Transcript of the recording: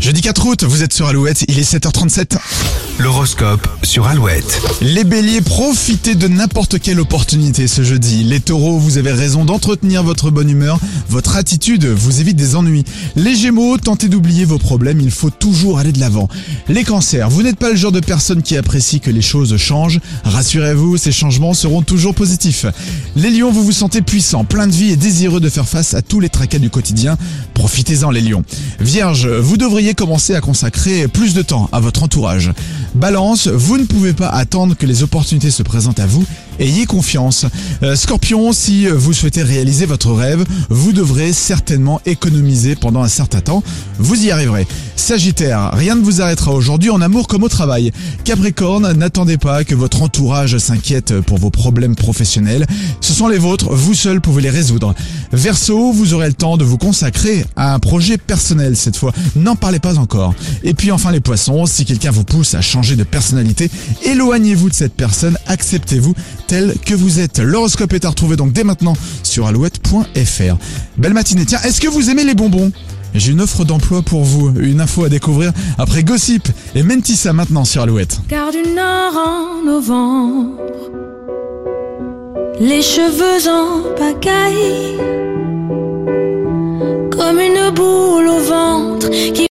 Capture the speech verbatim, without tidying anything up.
Jeudi quatre août, vous êtes sur Alouette, il est sept heures trente-sept. L'horoscope sur Alouette. Les béliers, profitez de n'importe quelle opportunité ce jeudi. Les taureaux, vous avez raison d'entretenir votre bonne humeur. Votre attitude vous évite des ennuis. Les gémeaux, tentez d'oublier vos problèmes, il faut toujours aller de l'avant. Les cancers, vous n'êtes pas le genre de personne qui apprécie que les choses changent. Rassurez-vous, ces changements seront toujours positifs. Les lions, vous vous sentez puissant, plein de vie et désireux de faire face à tous les tracas du quotidien. Profitez-en les lions. Vierge, vous devriez commencer à consacrer plus de temps à votre entourage. Balance, vous ne pouvez pas attendre que les opportunités se présentent à vous. Ayez confiance. Euh, Scorpion, si vous souhaitez réaliser votre rêve, vous devrez certainement économiser pendant un certain temps. Vous y arriverez. Sagittaire, rien ne vous arrêtera aujourd'hui en amour comme au travail. Capricorne, n'attendez pas que votre entourage s'inquiète pour vos problèmes professionnels. Ce sont les vôtres, vous seul pouvez les résoudre. Verseau, vous aurez le temps de vous consacrer à un projet personnel cette fois. N'en parlez pas encore. Et puis enfin les poissons, si quelqu'un vous pousse à changer de personnalité, éloignez-vous de cette personne, acceptez-vous tel que vous êtes. L'horoscope est à retrouver donc dès maintenant sur alouette point f r. Belle matinée. Tiens, est-ce que vous aimez les bonbons ? J'ai une offre d'emploi pour vous, une info à découvrir après Gossip et Mentissa maintenant sur Alouette. Car du nord en novembre, les cheveux en pagaille, comme une boule au ventre qui